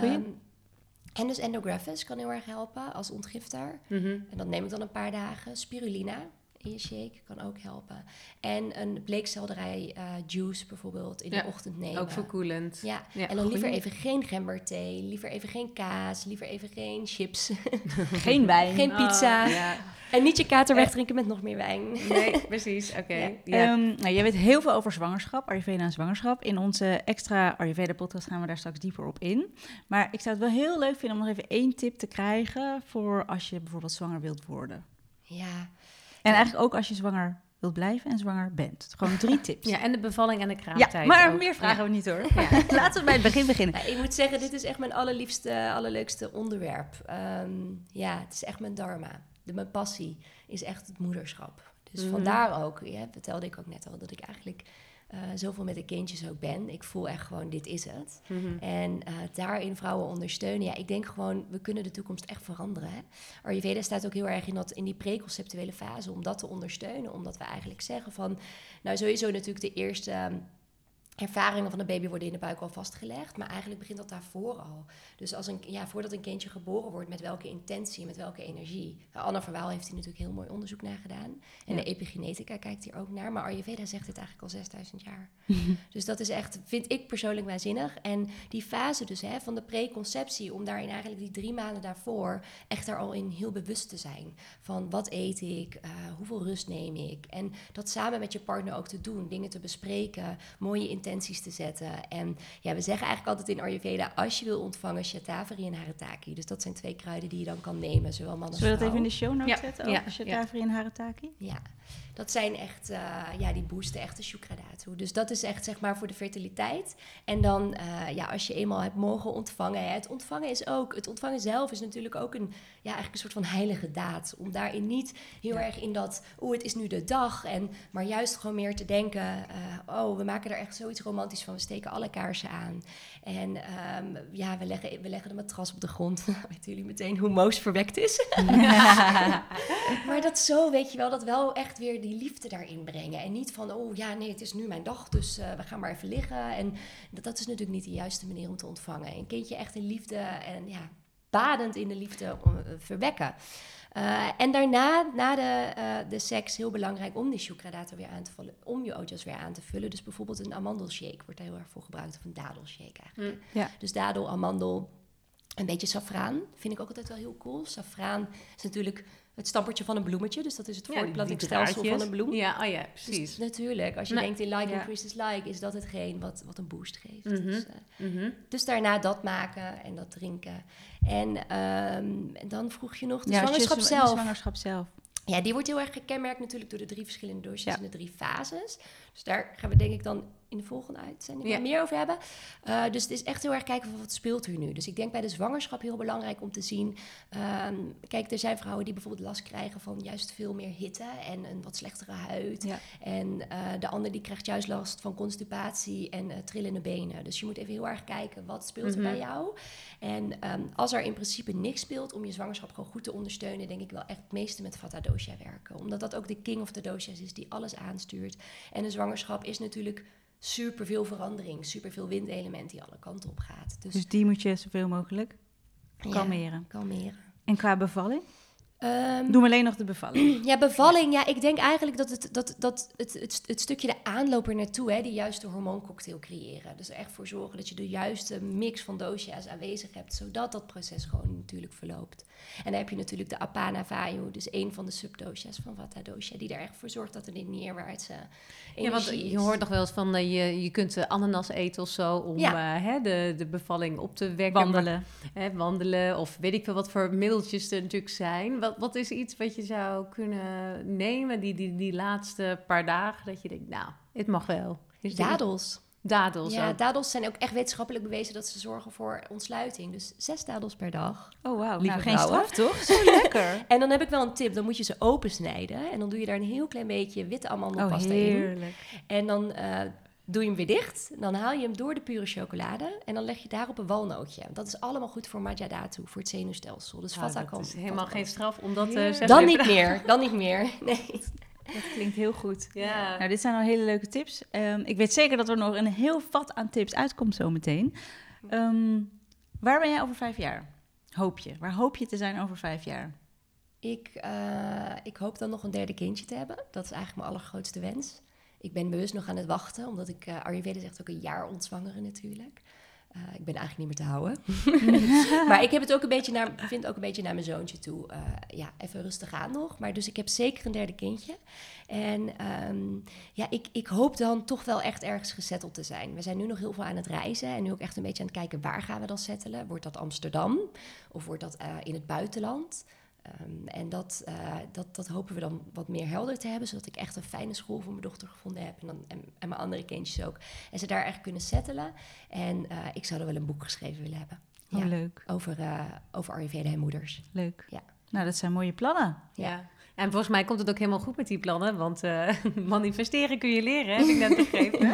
En dus endographis kan heel erg helpen als ontgifter. Mm-hmm. En dat neem ik dan een paar dagen. Spirulina in je shake kan ook helpen. En een bleekselderij juice bijvoorbeeld in de ochtend nemen. Ook verkoelend. Ja, en dan liever even geen gemberthee, liever even geen kaas, liever even geen chips. Geen wijn. Geen pizza. En niet je kater wegdrinken met nog meer wijn. Nee, precies. Oké. Jij weet heel veel over zwangerschap, Ayurveda en zwangerschap. In onze extra Ayurveda-podcast gaan we daar straks dieper op in. Maar ik zou het wel heel leuk vinden om nog even 1 tip te krijgen voor als je bijvoorbeeld zwanger wilt worden. Ja. En eigenlijk ook als je zwanger wilt blijven en zwanger bent. Gewoon 3 tips. Ja, en de bevalling en de kraamtijd. Ja, maar ook. meer vragen we niet hoor. Ja. Laten we bij het begin beginnen. Ja, ik moet zeggen, dit is echt mijn allerleukste onderwerp. Het is echt mijn dharma. Mijn passie is echt het moederschap. Dus vandaar ook, vertelde ik ook net al, dat ik eigenlijk zoveel met de kindjes ook ben. Ik voel echt gewoon, dit is het. Mm-hmm. En daarin vrouwen ondersteunen. Ja, ik denk gewoon, we kunnen de toekomst echt veranderen. Hè? Ayurveda staat ook heel erg in die preconceptuele fase om dat te ondersteunen. Omdat we eigenlijk zeggen van, nou sowieso natuurlijk de eerste ervaringen van de baby worden in de buik al vastgelegd. Maar eigenlijk begint dat daarvoor al. Dus voordat een kindje geboren wordt, met welke intentie, met welke energie. Anna Verwaal heeft hier natuurlijk heel mooi onderzoek naar gedaan. En de epigenetica kijkt hier ook naar. Maar Ayurveda zegt dit eigenlijk al 6000 jaar. Dus dat is echt, vind ik persoonlijk waanzinnig. En die fase dus van de preconceptie, om daarin eigenlijk die 3 maanden daarvoor echt daar al in heel bewust te zijn. Van wat eet ik, hoeveel rust neem ik. En dat samen met je partner ook te doen. Dingen te bespreken, mooie intenties te zetten. En we zeggen eigenlijk altijd in Ayurveda, als je wil ontvangen, Shatavari en Haritaki. Dus dat zijn 2 kruiden die je dan kan nemen, zowel man als vrouw. Zullen we dat even in de show notes zetten? Ja. Shatavari en Haritaki? Ja, dat zijn echt, die boosten echt de Shukradhatu. Dus dat is echt, zeg maar, voor de fertiliteit. En dan, als je eenmaal hebt mogen ontvangen. Het ontvangen zelf is natuurlijk ook eigenlijk een soort van heilige daad. Om daarin niet heel erg in dat, het is nu de dag. Maar juist gewoon meer te denken, we maken er echt zoiets zoiets romantisch van, we steken alle kaarsen aan. En we leggen de matras op de grond. Weten jullie meteen hoe Moos verwekt is? Maar dat zo, weet je wel, dat wel echt weer die liefde daarin brengen. En niet van, het is nu mijn dag, dus we gaan maar even liggen. En dat is natuurlijk niet de juiste manier om te ontvangen. Een kindje echt in liefde en badend in de liefde verwekken. En daarna, na de seks, heel belangrijk om die sucradator weer aan te vullen. Om je ootjas weer aan te vullen. Dus bijvoorbeeld een amandelshake wordt daar heel erg voor gebruikt. Of een dadelshake eigenlijk. Ja. Dus dadel, amandel, een beetje saffraan. Vind ik ook altijd wel heel cool. Saffraan is natuurlijk het stampertje van een bloemetje. Dus dat is het voortplantingsstelsel van een bloem. Ja, precies. Dus natuurlijk, als je denkt in like increases like, is dat hetgeen wat een boost geeft. Dus daarna dat maken en dat drinken. En dan vroeg je nog de zwangerschap zelf. De zwangerschap zelf. Ja, die wordt heel erg gekenmerkt natuurlijk door de 3 verschillende dosjes en de 3 fases. Dus daar gaan we denk ik dan in de volgende uitzending meer over hebben. Dus het is echt heel erg kijken van wat speelt er nu. Dus ik denk bij de zwangerschap heel belangrijk om te zien. Kijk, er zijn vrouwen die bijvoorbeeld last krijgen van juist veel meer hitte en een wat slechtere huid. Ja. En de ander die krijgt juist last van constipatie en trillende benen. Dus je moet even heel erg kijken wat speelt er bij jou. En als er in principe niks speelt om je zwangerschap gewoon goed te ondersteunen, denk ik wel echt het meeste met Vata dosha werken. Omdat dat ook de king of the doshas is die alles aanstuurt. En een zwangerschap is natuurlijk superveel verandering, superveel windelement die alle kanten op gaat. Dus die moet je zoveel mogelijk kalmeren. En qua bevalling? Doe alleen nog de bevalling. Ja, bevalling. Ja, ik denk eigenlijk dat het stukje de aanloop er naartoe, die juiste hormooncocktail creëren. Dus er echt voor zorgen dat je de juiste mix van dosha's aanwezig hebt, zodat dat proces gewoon natuurlijk verloopt. En dan heb je natuurlijk de Apana Vayu, dus een van de subdosha's van Vata dosha, die er echt voor zorgt dat er een neerwaartse energie is. Je hoort nog wel eens van, je kunt ananas eten of zo om de bevalling op te wekken. Wandelen. Wandelen of weet ik veel wat voor middeltjes er natuurlijk zijn. Wat is iets wat je zou kunnen nemen die laatste paar dagen, dat je denkt, nou, het mag wel. Dadels. Dadels ja, ook. dadels zijn ook echt wetenschappelijk bewezen dat ze zorgen voor ontsluiting. Dus 6 dadels per dag. Oh, wauw. Nou, geen straf, toch? Zo lekker. En dan heb ik wel een tip. Dan moet je ze opensnijden. En dan doe je daar een heel klein beetje witte amandelpasta in. En dan doe je hem weer dicht. Dan haal je hem door de pure chocolade. En dan leg je daarop een walnootje. Dat is allemaal goed voor Majadatu, voor het zenuwstelsel. Dus Vata kan... Dat is helemaal geen straf om dat Dan niet meer. Nee. Dat klinkt heel goed. Ja. Nou, dit zijn al hele leuke tips. Ik weet zeker dat er nog een heel vat aan tips uitkomt zometeen. Waar ben jij over 5 jaar? Waar hoop je te zijn over 5 jaar? Ik hoop dan nog een 3e kindje te hebben. Dat is eigenlijk mijn allergrootste wens. Ik ben bewust nog aan het wachten, omdat Ayurveda zegt ook een jaar ontzwangeren natuurlijk. Ik ben eigenlijk niet meer te houden. Maar ik heb het ook vind ook een beetje naar mijn zoontje toe. Even rustig aan nog. Maar dus ik heb zeker een 3e kindje. En ik hoop dan toch wel echt ergens gesetteld te zijn. We zijn nu nog heel veel aan het reizen. En nu ook echt een beetje aan het kijken, waar gaan we dan settelen? Wordt dat Amsterdam? Of wordt dat in het buitenland? En dat hopen we dan wat meer helder te hebben, zodat ik echt een fijne school voor mijn dochter gevonden heb en mijn andere kindjes ook. En ze daar echt kunnen settelen. En ik zou er wel een boek geschreven willen hebben. Oh, leuk. Over Ayurveda en moeders. Leuk. Ja. Nou, dat zijn mooie plannen. Ja. En volgens mij komt het ook helemaal goed met die plannen, want manifesteren kun je leren, heb ik net begrepen.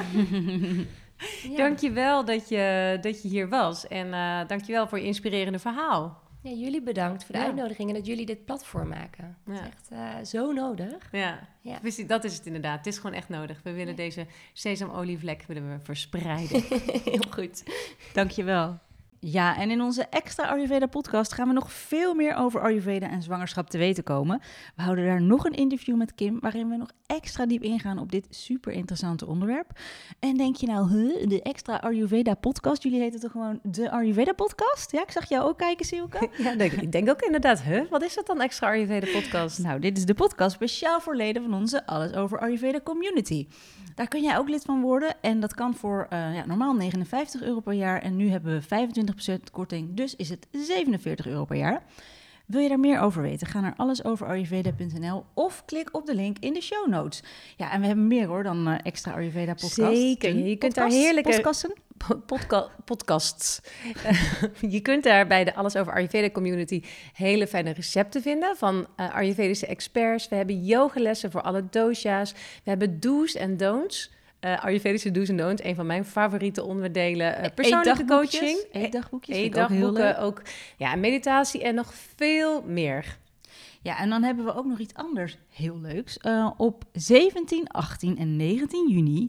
Ja. Dankjewel dat je hier was en dankjewel voor je inspirerende verhaal. Ja, jullie bedankt voor de uitnodiging en dat jullie dit platform maken. Het is echt zo nodig. Ja, dat is het inderdaad. Het is gewoon echt nodig. We willen deze sesamolievlek verspreiden. Heel goed. Dankjewel. Ja, en in onze extra Ayurveda-podcast gaan we nog veel meer over Ayurveda en zwangerschap te weten komen. We houden daar nog een interview met Kim, waarin we nog extra diep ingaan op dit super interessante onderwerp. En denk je nou, de extra Ayurveda-podcast? Jullie heten toch gewoon de Ayurveda-podcast? Ja, ik zag jou ook kijken, Silke. Ja, ik denk ook inderdaad, wat is dat dan, extra Ayurveda-podcast? Nou, dit is de podcast speciaal voor leden van onze Alles Over Ayurveda community. Daar kun jij ook lid van worden en dat kan voor normaal €59 per jaar en nu hebben we 25% korting, dus is het €47 per jaar. Wil je daar meer over weten? Ga naar allesoverayurveda.nl of klik op de link in de show notes. Ja, en we hebben meer hoor dan extra Ayurveda podcast. Zeker, je kunt daar heerlijke podcasts. Je kunt daar bij de Alles Over Ayurveda community hele fijne recepten vinden van Ayurvedische experts. We hebben yogalessen voor alle dosha's. We hebben do's en don'ts Ayurvedische do's en don'ts. Een van mijn favoriete onderdelen. Persoonlijke coaching. Eetdagboekjes. Eetdagboeken ook. Ja, meditatie en nog veel meer. Ja, en dan hebben we ook nog iets anders heel leuks. Op 17, 18 en 19 juni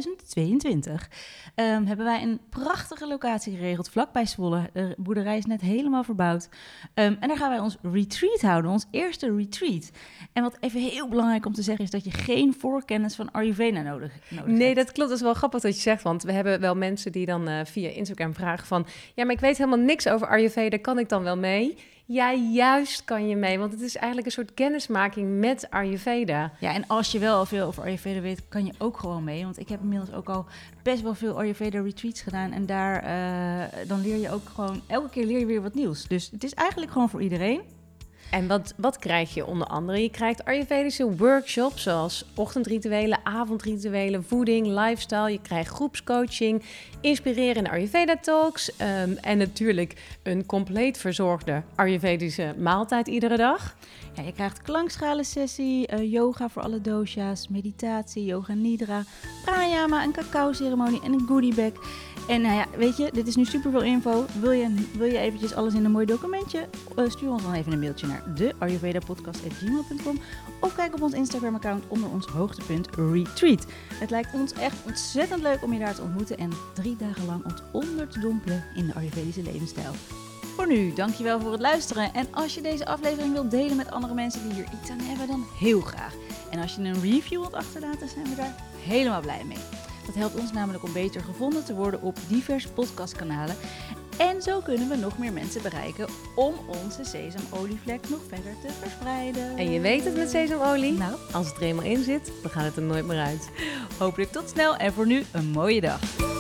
2022 hebben wij een prachtige locatie geregeld vlakbij Zwolle. De boerderij is net helemaal verbouwd. En daar gaan wij ons retreat houden, ons eerste retreat. En wat even heel belangrijk om te zeggen is dat je geen voorkennis van Ayurveda nodig hebt. Nee, dat klopt. Dat is wel grappig dat je zegt, want we hebben wel mensen die dan via Instagram vragen van... Ja, maar ik weet helemaal niks over Ayurveda, kan ik dan wel mee? Ja, juist kan je mee, want het is eigenlijk een soort kennismaking met Ayurveda. Ja, en als je wel al veel over Ayurveda weet, kan je ook gewoon mee. Want ik heb inmiddels ook al best wel veel Ayurveda retreats gedaan. En daar dan leer je ook gewoon, elke keer leer je weer wat nieuws. Dus het is eigenlijk gewoon voor iedereen. En wat krijg je onder andere? Je krijgt Ayurvedische workshops zoals ochtendrituelen, avondrituelen, voeding, lifestyle. Je krijgt groepscoaching, inspirerende Ayurveda talks en natuurlijk een compleet verzorgde Ayurvedische maaltijd iedere dag. Ja, je krijgt klankschalensessie, yoga voor alle dosha's, meditatie, yoga nidra, pranayama, een cacao-ceremonie en een goodiebag. En nou ja, weet je, dit is nu superveel info. Wil je eventjes alles in een mooi documentje? Stuur ons dan even een mailtje naar deayurvedapodcast@gmail.com of kijk op ons Instagram-account onder ons hoogtepunt retreat. Het lijkt ons echt ontzettend leuk om je daar te ontmoeten en 3 dagen lang ons onder te dompelen in de Ayurvedische levensstijl. Voor nu, dankjewel voor het luisteren. En als je deze aflevering wilt delen met andere mensen die hier iets aan hebben, dan heel graag. En als je een review wilt achterlaten, zijn we daar helemaal blij mee. Dat helpt ons namelijk om beter gevonden te worden op diverse podcastkanalen. En zo kunnen we nog meer mensen bereiken om onze sesamolievlek nog verder te verspreiden. En je weet het met sesamolie, Nou, als het er eenmaal in zit, dan gaat het er nooit meer uit. hopelijk tot snel en voor nu een mooie dag.